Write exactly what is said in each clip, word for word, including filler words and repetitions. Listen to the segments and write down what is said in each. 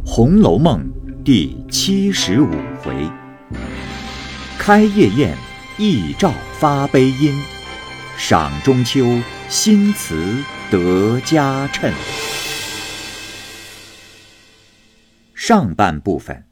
红楼梦》第七十五回：开夜宴，忆照发悲音；赏中秋，新词得佳称。上半部分。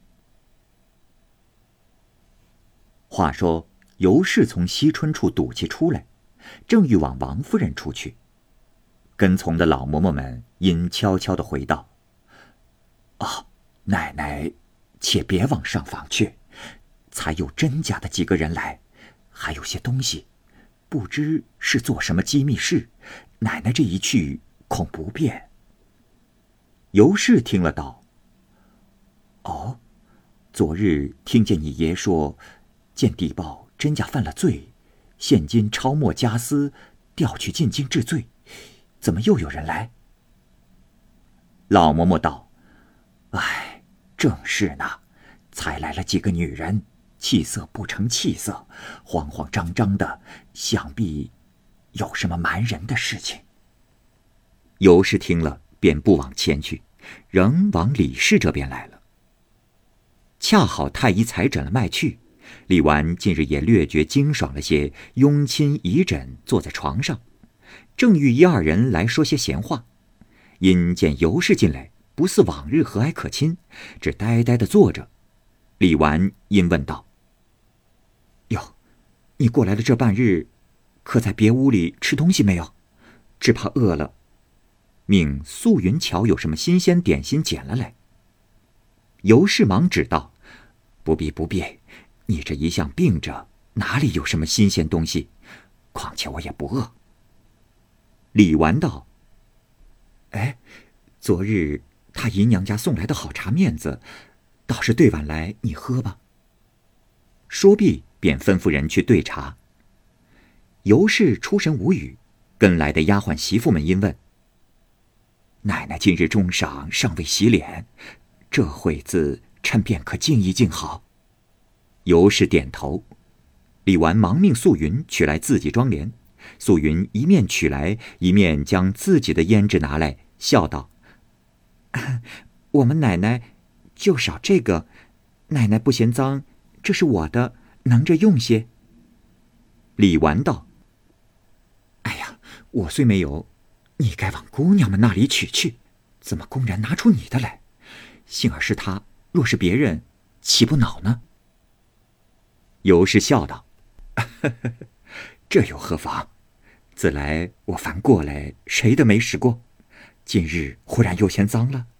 话说尤氏从惜春处赌气出来，正欲往王夫人处去，跟从的老嬷嬷们因悄悄地回道：哦，奶奶且别往上房去，才有甄家的几个人来，还有些东西，不知是做什么机密事，奶奶这一去恐不便。尤氏听了道：哦，昨日听见你爷说，见地报甄家犯了罪，现今抄没家私，调去进京治罪，怎么又有人来？老嬷嬷道：唉，正是呢，才来了几个女人，气色不成气色，慌慌张张的，想必有什么瞒人的事情。尤氏听了便不往前去，仍往李氏这边来了。恰好太医才诊了脉去，李纨近日也略觉精爽了些，拥亲倚枕坐在床上，正欲一二人来说些闲话，因见尤氏进来，不似往日和蔼可亲，只呆呆地坐着。李纨因问道：哟，你过来了这半日，可在别屋里吃东西没有？只怕饿了。命素云瞧有什么新鲜点心捡了来。尤氏忙指道：不必不必，你这一向病着，哪里有什么新鲜东西？况且我也不饿。李纨道：哎，昨日他姨娘家送来的好茶面子，倒是兑碗来，你喝吧。说毕便吩咐人去兑茶。尤氏出神无语，跟来的丫鬟媳妇们因问：奶奶今日中晌尚未洗脸，这会子趁便可静一静好。尤氏点头。李纨忙命素云取来自己妆奁，素云一面取来，一面将自己的胭脂拿来，笑道：我们奶奶就少这个，奶奶不嫌脏，这是我的，能着用些。李纨道：哎呀，我虽没有，你该往姑娘们那里取去，怎么公然拿出你的来？幸而是他，若是别人，岂不恼呢？尤氏笑道：这又何妨？自来我凡过来，谁的没使过？今日忽然又嫌脏了。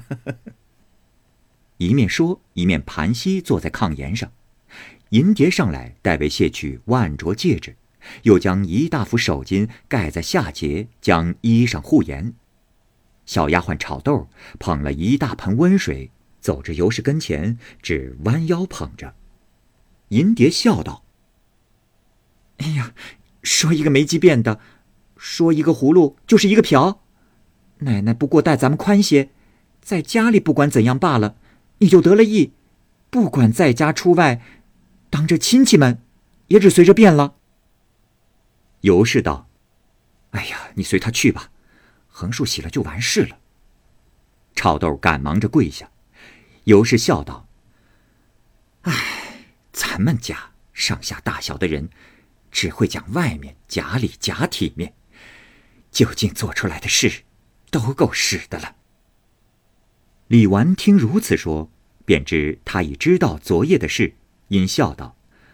一面说，一面盘膝坐在炕沿上。银蝶上来代为卸去万镯戒指，又将一大幅手巾盖在下节，将衣裳护严。小丫鬟炒豆捧了一大盆温水，走至尤氏跟前，只弯腰捧着。银蝶笑道：哎呀，说一个没机变的，说一个葫芦就是一个瓢。奶奶不过待咱们宽些，在家里不管怎样罢了，你就得了意，不管在家出外，当着亲戚们也只随着变了。尤氏道：哎呀，你随他去吧，横竖洗了就完事了。炒豆赶忙着跪下。尤氏笑道：唉，咱们家上下大小的人，只会讲外面假里假体面，究竟做出来的事都够使的了。李纨听如此说，便知他已知道昨夜的事，因笑道：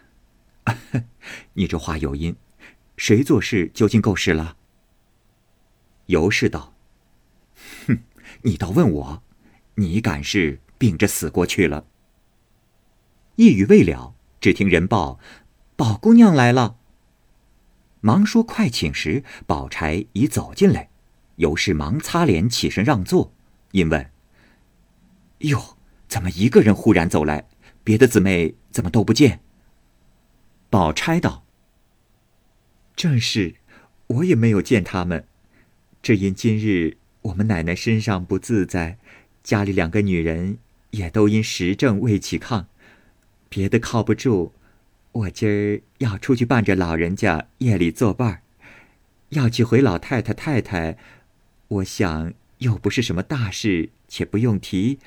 你这话有因，谁做事究竟够使了？尤氏道：哼，你倒问我，你敢是病着死过去了？一语未了，只听人报宝姑娘来了。忙说快请时，宝钗已走进来。尤氏忙擦脸起身让座，因问：哟，怎么一个人忽然走来？别的姊妹怎么都不见？宝钗道：正是，我也没有见他们，只因今日我们奶奶身上不自在，家里两个女人也都因时症未起炕，别的靠不住，我今儿要出去伴着老人家夜里作伴儿，要去回老太太太太，我想又不是什么大事，且不用提，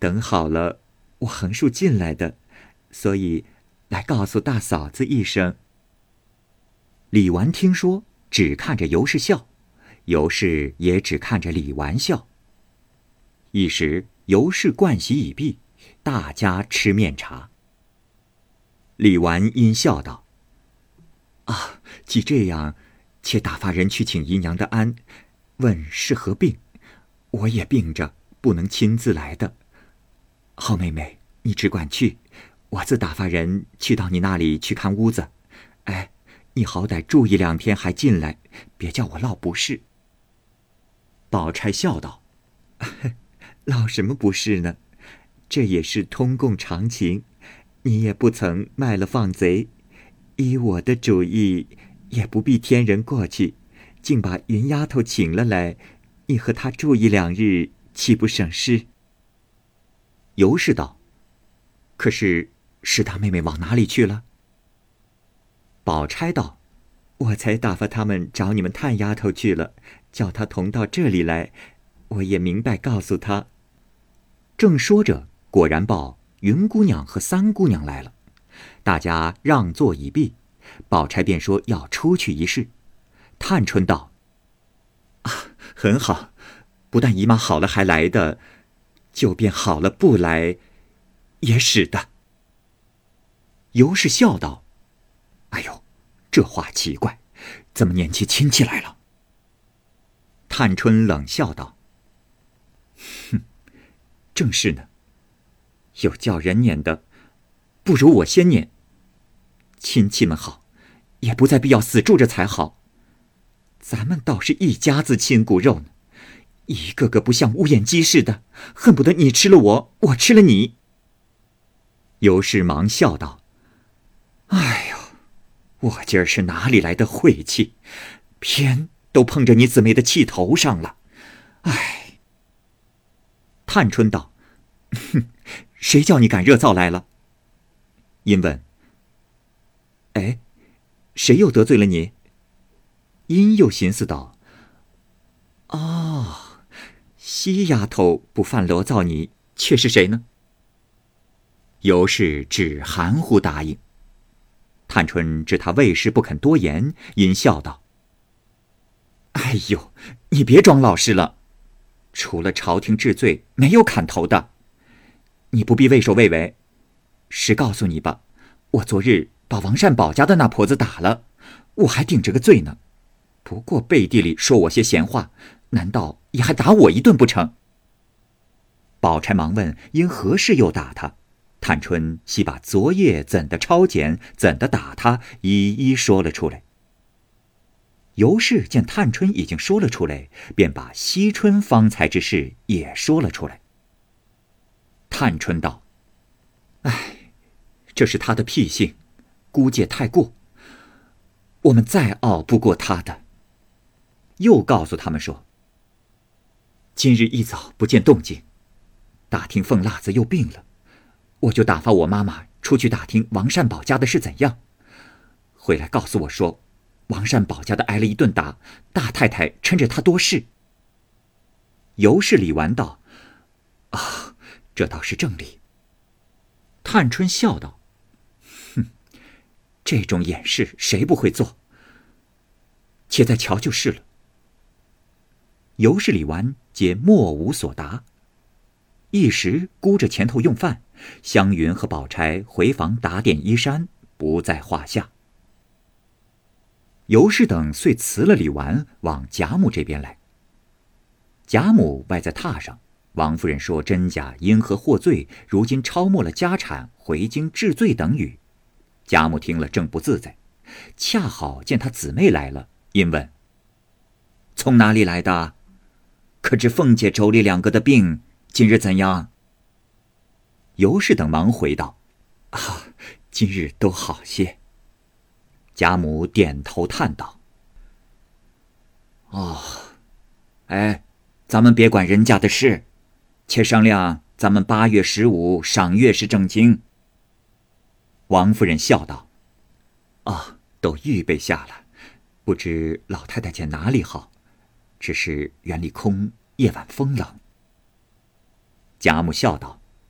等好了，我横竖进来的，所以来告诉大嫂子一声。”李纨听说，只看着尤氏笑，尤氏也只看着李纨笑。一时尤氏盥洗已毕，大家吃面茶。李纨因笑道：“啊，既这样，且打发人去请姨娘的安，问是何病。我也病着，不能亲自来的。好妹妹，你只管去，我自打发人去到你那里去看屋子。哎，你好歹住一两天还进来，别叫我落不是。”宝钗笑道：“落什么不是呢？这也是通共常情，你也不曾卖了放贼。依我的主意，也不必添人过去，竟把云丫头请了来，你和她住一两日，岂不省事？”尤氏道：“可是史大妹妹往哪里去了？”宝钗道：“我才打发他们找你们探丫头去了，叫她同到这里来，我也明白告诉她。”正说着，果然报云姑娘和三姑娘来了，大家让座已毕，宝钗便说要出去一事。探春道：“啊，很好，不但姨妈好了还来的，就便好了不来，也使的。”尤氏笑道：“哎呦，这话奇怪，怎么撵起亲戚来了？”探春冷笑道：“哼，正是呢，有叫人撵的，不如我先撵。亲戚们好，也不再必要死住着才好。咱们倒是一家子亲骨肉呢，一个个不像乌眼鸡似的，恨不得你吃了我，我吃了你。”尤氏忙笑道：“哎呦，我今儿是哪里来的晦气，偏都碰着你姊妹的气头上了，哎。”探春道：“哼，谁叫你赶热灶来了？”因问：“哎，谁又得罪了你？”因又寻思道：“哦，西丫头不犯罗造你，却是谁呢？”尤氏只含糊答应。探春知他为事不肯多言，因笑道：“哎呦，你别装老实了，除了朝廷治罪，没有砍头的。你不必畏首畏尾。实告诉你吧，我昨日把王善保家的那婆子打了，我还顶着个罪呢。不过背地里说我些闲话，难道也还打我一顿不成？”宝钗忙问因何事又打他。探春细把昨夜怎的抄检，怎的打他，一一说了出来。尤氏见探春已经说了出来，便把惜春方才之事也说了出来。探春道：“哎，这是他的癖性，姑姐太过，我们再拗不过他的。”又告诉他们说：“今日一早不见动静，打听凤辣子又病了，我就打发我妈妈出去打听王善保家的事怎样，回来告诉我说，王善保家的挨了一顿打，大太太趁着他多事。”尤氏李纨道：“啊，这倒是正理。”探春笑道：“哼，这种掩饰谁不会做？且再瞧就是了。”尤氏李纨皆莫无所答。一时顾着前头用饭，湘云和宝钗回房打点衣衫，不在话下。尤氏等遂辞了李纨，往贾母这边来。贾母外在榻上，王夫人说真假因何获罪，如今抄没了家产，回京治罪等语。贾母听了正不自在，恰好见她姊妹来了，因问：“从哪里来的？可知凤姐妯娌两个的病今日怎样？”尤氏等忙回道：“啊，今日都好些。”贾母点头叹道：“哦，哎，咱们别管人家的事，且商量咱们八月十五赏月时正经。”王夫人笑道：“哦，都预备下了，不知老太太见哪里好，只是园里空，夜晚风冷。”贾母笑道：“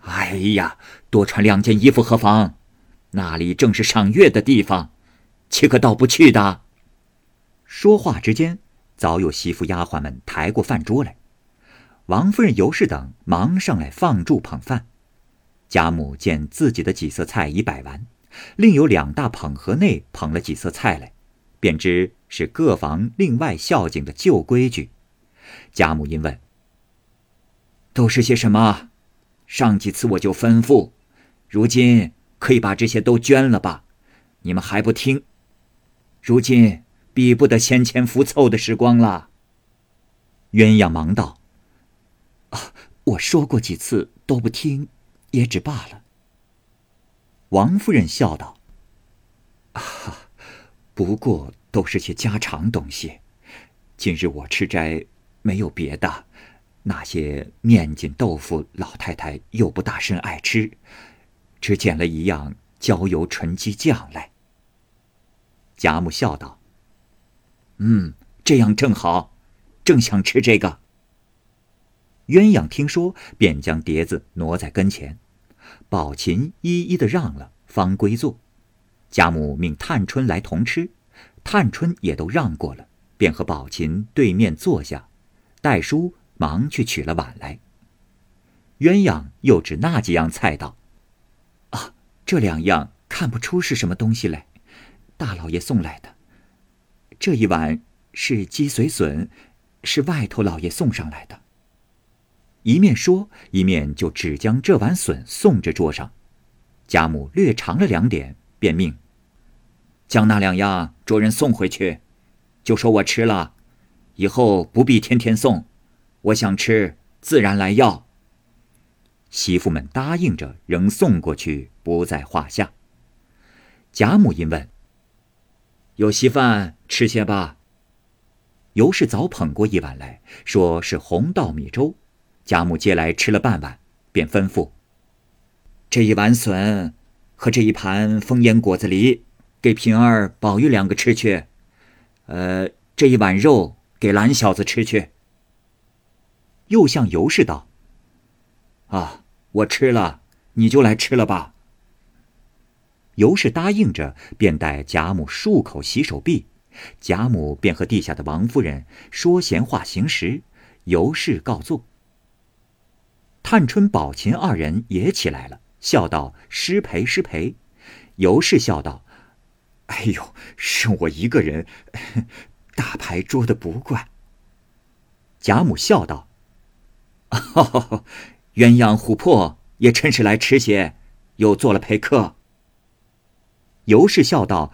哎呀，多穿两件衣服何妨？那里正是赏月的地方，岂可倒不去的？说话之间，早有媳妇丫鬟们抬过饭桌来，王夫人、尤氏等忙上来放箸捧饭。贾母见自己的几色菜已摆完，另有两大捧盒内捧了几色菜来，便知是各房另外孝敬的旧规矩。贾母因问：都是些什么？上几次我就吩咐，如今可以把这些都捐了吧？你们还不听，如今比不得先前浮凑的时光了。鸳鸯忙道：啊，我说过几次都不听，也只罢了。王夫人笑道：啊，不过都是些家常东西，今日我吃斋没有别的，那些面筋豆腐老太太又不大甚爱吃，只捡了一样焦油纯鸡酱来。贾母笑道：嗯，这样正好，正想吃这个。鸳鸯听说，便将碟子挪在跟前，宝琴一一的让了，方归坐。贾母命探春来同吃，探春也都让过了，便和宝琴对面坐下，黛叔忙去取了碗来。鸳鸯又指那几样菜道：啊，这两样看不出是什么东西来，大老爷送来的。这一碗是鸡髓笋，是外头老爷送上来的。一面说，一面就只将这碗笋送至桌上。贾母略尝了两点，便命将那两样着人送回去，就说我吃了，以后不必天天送，我想吃自然来要。媳妇们答应着，仍送过去，不在话下。贾母因问：有稀饭吃些吧？尤氏早捧过一碗来，说是红稻米粥。贾母接来吃了半碗，便吩咐：这一碗笋和这一盘风烟果子梨，给平儿、宝玉两个吃去。呃，这一碗肉给蓝小子吃去。又向尤氏道：啊，我吃了，你就来吃了吧。尤氏答应着，便带贾母漱口洗手毕，贾母便和地下的王夫人说闲话行食，尤氏告坐。探春、宝琴二人也起来了，笑道：失陪失陪。尤氏笑道：哎呦，剩我一个人，大牌桌的不惯。贾母笑道：哦，鸳鸯琥珀也趁势来吃些，又做了陪客。尤氏笑道：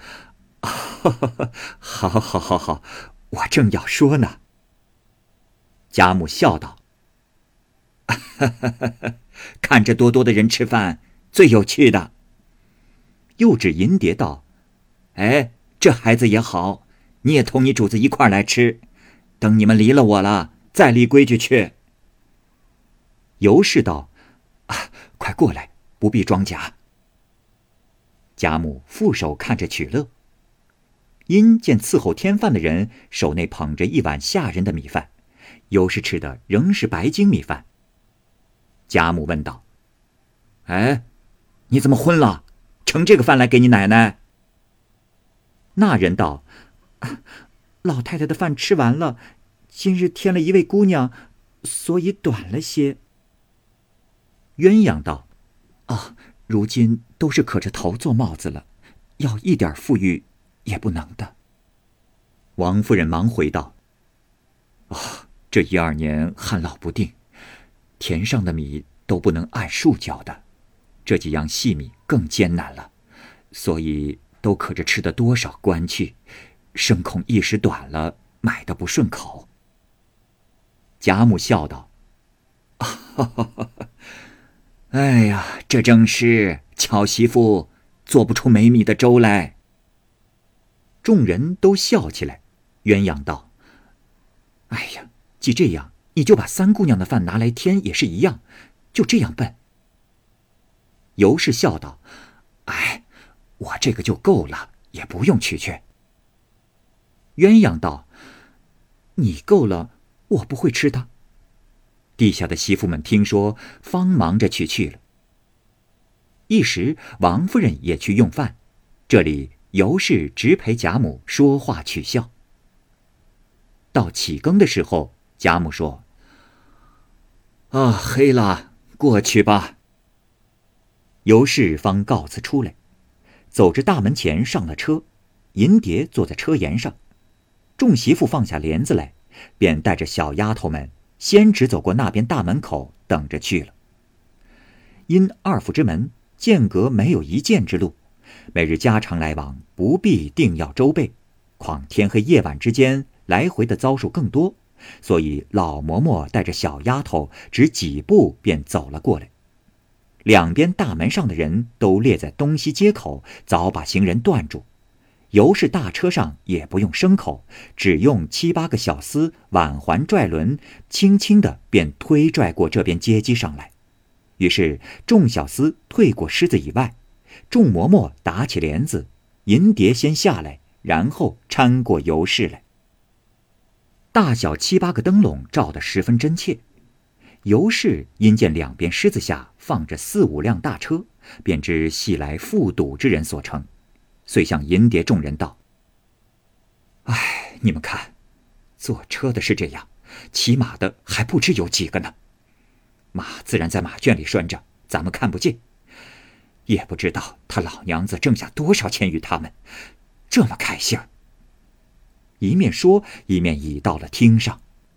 好好好好，我正要说呢。贾母笑道：看着多多的人吃饭最有趣的。又指银蝶道：哎，这孩子也好，你也同你主子一块来吃，等你们离了我了，再立规矩去。尤氏道：啊，快过来，不必装假。贾母负手看着取乐。因见伺候添饭的人手内捧着一碗下人的米饭，尤氏吃的仍是白精米饭。贾母问道：哎，你怎么昏了？盛这个饭来给你奶奶。那人道：啊，老太太的饭吃完了，今日添了一位姑娘，所以短了些。鸳鸯道：啊，如今都是可着头做帽子了，要一点富裕也不能的。王夫人忙回道：啊，这一二年旱涝不定，田上的米都不能按数交的，这几样细米更艰难了，所以都可着吃的多少关去，生恐一时短了，买的不顺口。贾母笑道：哎呀，这正是巧媳妇做不出没米的粥来。众人都笑起来。鸳鸯道：哎呀，既这样，你就把三姑娘的饭拿来添也是一样，就这样笨。尤氏笑道：哎，我这个就够了，也不用取去。鸳鸯道：你够了，我不会吃的。地下的媳妇们听说，方忙着取去了。 一时王夫人也去用饭，这里尤氏直陪贾母说话取笑。到起更的时候，贾母说：“啊，黑了，过去吧。”尤氏方告辞出来，走至大门前上了车，银蝶坐在车沿上，众媳妇放下帘子来，便带着小丫头们先直走过那边大门口等着去了。因二府之门间隔没有一箭之路，每日家常来往不必定要周备，况天黑夜晚之间来回的遭受更多，所以老嬷嬷带着小丫头只几步便走了过来。两边大门上的人都列在东西街口，早把行人断住。尤氏大车上也不用牲口，只用七八个小厮挽环拽轮，轻轻的便推拽过这边街机上来。于是众小厮退过狮子以外，众嬷嬷打起帘子，银蝶先下来，然后搀过尤氏来。大小七八个灯笼照得十分真切。尤氏因见两边狮子下放着四五辆大车，便知系来赴赌之人所成，遂向银蝶众人道：“哎，你们看，坐车的是这样，骑马的还不知有几个呢。马自然在马圈里拴着，咱们看不见，也不知道他老娘子挣下多少钱与他们，这么开心儿。”一面说，一面倚到了厅上。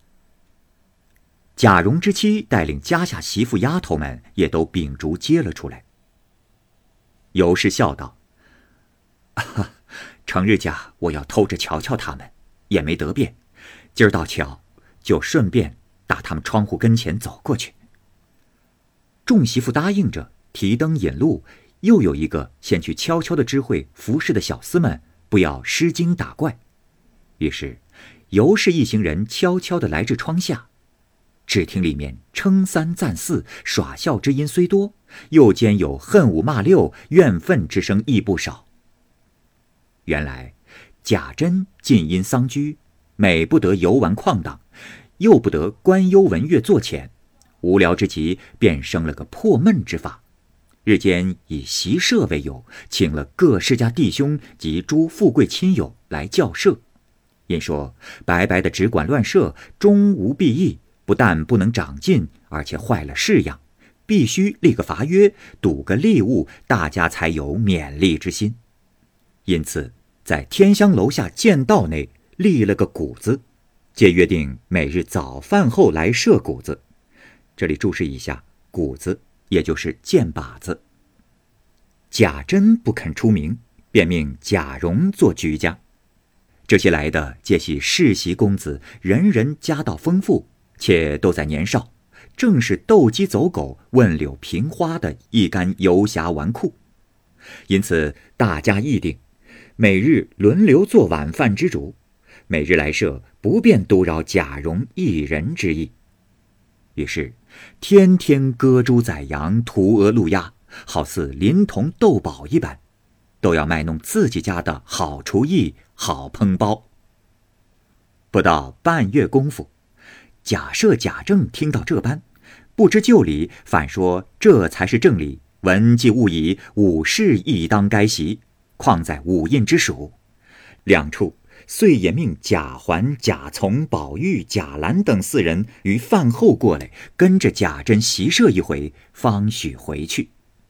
贾蓉之妻带领家下媳妇丫头们也都秉烛接了出来。尤氏笑道：“啊，成日家我要偷着瞧瞧他们，也没得便，今儿倒巧，就顺便打他们窗户跟前走过去。”众媳妇答应着，提灯引路，又有一个先去悄悄的知会服侍的小厮们，不要失惊打怪。于是尤氏一行人悄悄地来至窗下，只听里面称三赞四，耍笑之音虽多，又兼有恨五骂六，怨愤之声亦不少。原来贾珍近因丧居，每不得游玩旷荡，又不得观幽闻乐作遣，无聊之极，便生了个破闷之法。日间以习射为由，请了各世家弟兄及诸富贵亲友来教射，因说白白的只管乱射，终无裨益，不但不能长进，而且坏了式样，必须立个罚约，赌个利物，大家才有勉励之心。因此在天香楼下剑道内立了个谷子，皆约定每日早饭后来射谷子。这里注释一下，谷子也就是箭靶子。贾珍不肯出名，便命贾蓉做局家。这些来的皆系世袭公子，人人家道丰富，且都在年少，正是斗鸡走狗、问柳平花的一干游侠纨绔。因此大家议定，每日轮流做晚饭之主，每日来射，不便独扰贾蓉一人之意。于是天天歌猪宰羊，屠鹅鹿鸭，好似临潼斗宝一般，都要卖弄自己家的好厨艺、好烹包。不到半月功夫，贾赦、贾政听到这般，不知就理，反说这才是正理，文既勿以，武士亦当该习，况在五印之属。两处遂也命贾环、贾从、宝玉、贾兰等四人于饭后过来，跟着贾珍习射一回，方许回去。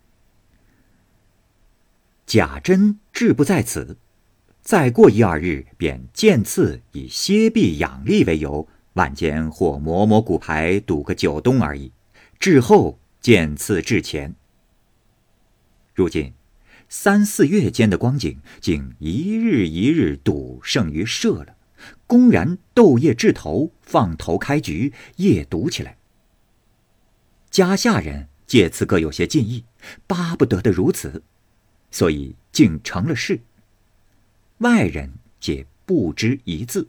贾珍志不在此，再过一二日，便渐次以歇臂养力为由，晚间或磨磨骨牌，赌个九冬而已，至后渐次至前。如今三四月间的光景，竟一日一日赌胜于射了，公然斗夜掷头，放头开局，夜赌起来。家下人借此各有些进意，巴不得的如此，所以竟成了事。外人皆不知一字。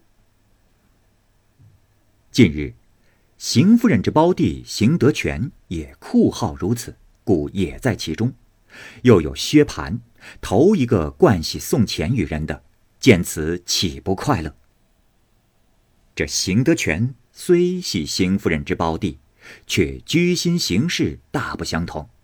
近日邢夫人之胞弟邢德全也酷好如此，故也在其中。又有薛蟠，头一个惯喜送钱与人的，见此岂不快乐？这邢德全虽系邢夫人之胞弟，却居心行事大不相同。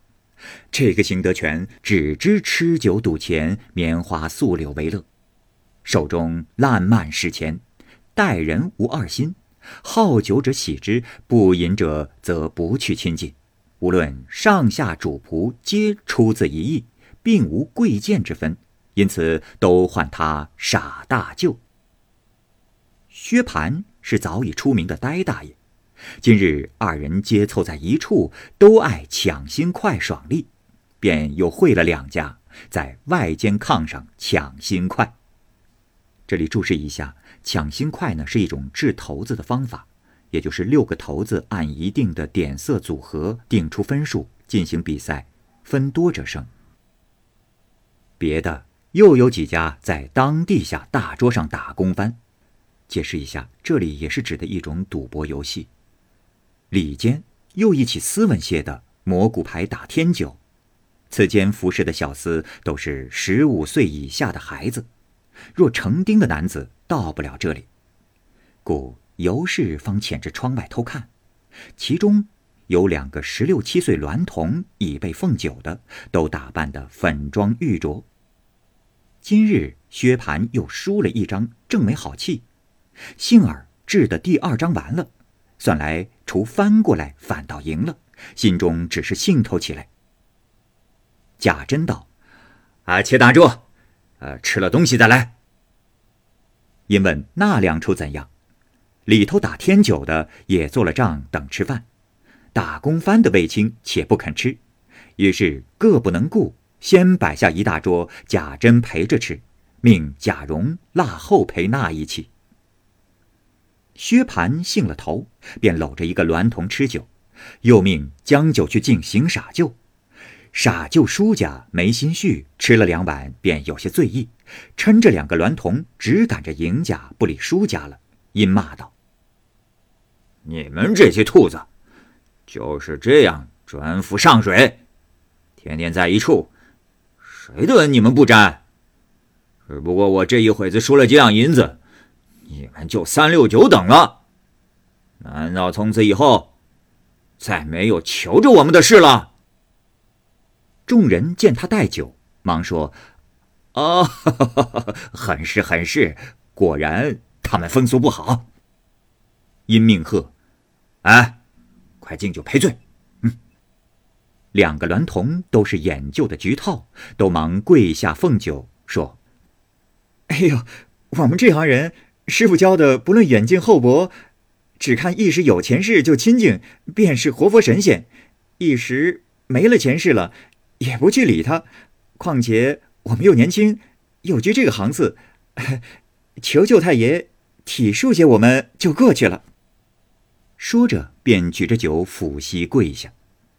这个邢德全只知吃酒赌钱、拈花素柳为乐，手中烂漫食钱，待人无二心。好酒者喜之，不饮者则不去亲近。无论上下主仆皆出自一意，并无贵贱之分，因此都唤他傻大舅。薛蟠是早已出名的呆大爷，今日二人皆凑在一处，都爱抢新快爽利，便又会了两家，在外间炕上抢新快。这里注释一下，抢新快呢是一种掷骰子的方法，也就是六个骰子按一定的点色组合定出分数，进行比赛，分多者胜。别的又有几家在当地下大桌上打公翻。解释一下，这里也是指的一种赌博游戏。里间又一起斯文些的蘑菇牌打天九，此间服侍的小厮都是十五岁以下的孩子，若成丁的男子到不了这里，故尤氏方潜至窗外偷看，其中有两个十六七岁娈童已被奉酒的，都打扮得粉妆玉琢。今日薛蟠又输了一张，正没好气，幸而掷的第二张完了，算来除翻过来反倒赢了，心中只是兴头起来。贾珍道：“啊，且打住，呃，吃了东西再来。”因问那两处怎样，里头打天九的也做了账等吃饭，打公翻的未清且不肯吃，于是各不能顾，先摆下一大桌，贾珍陪着吃，命贾蓉腊后陪那一起。薛蟠兴了头，便搂着一个娈童吃酒，又命将酒去敬邢傻舅。傻舅叔家没心绪，吃了两碗便有些醉意，趁着两个娈童只赶着赢家不理输家了，因骂道：“你们这些兔子，就是这样专服上水，天天在一处，谁的恩你们不沾？只不过我这一会子输了几两银子，你们就三六九等了。难道从此以后再没有求着我们的事了？”众人见他带酒，忙说：“哦，呵呵呵，很是很是，果然他们风俗不好。”因命喝：“哎，快敬酒赔罪。”嗯，两个娈童都是眼旧的局套，都忙跪下奉酒，说：“哎呦，我们这行人，师傅教的不论远近厚薄，只看一时有钱事就亲近，便是活佛神仙；一时没了钱事了，也不去理他。况且我们又年轻，又居这个行次，求舅太爷体恤些我们就过去了。”说着便举着酒俯膝跪下。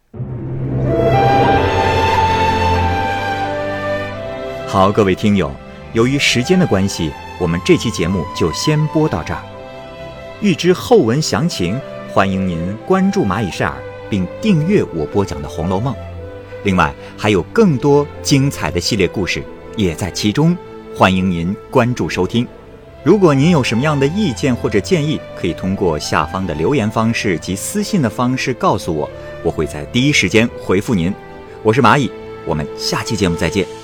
好，各位听友，由于时间的关系，我们这期节目就先播到这儿。欲知后文详情，欢迎您关注蚂蚁晒尔，并订阅我播讲的《红楼梦》。另外还有更多精彩的系列故事也在其中，欢迎您关注收听。如果您有什么样的意见或者建议，可以通过下方的留言方式及私信的方式告诉我，我会在第一时间回复您。我是蚂蚁，我们下期节目再见。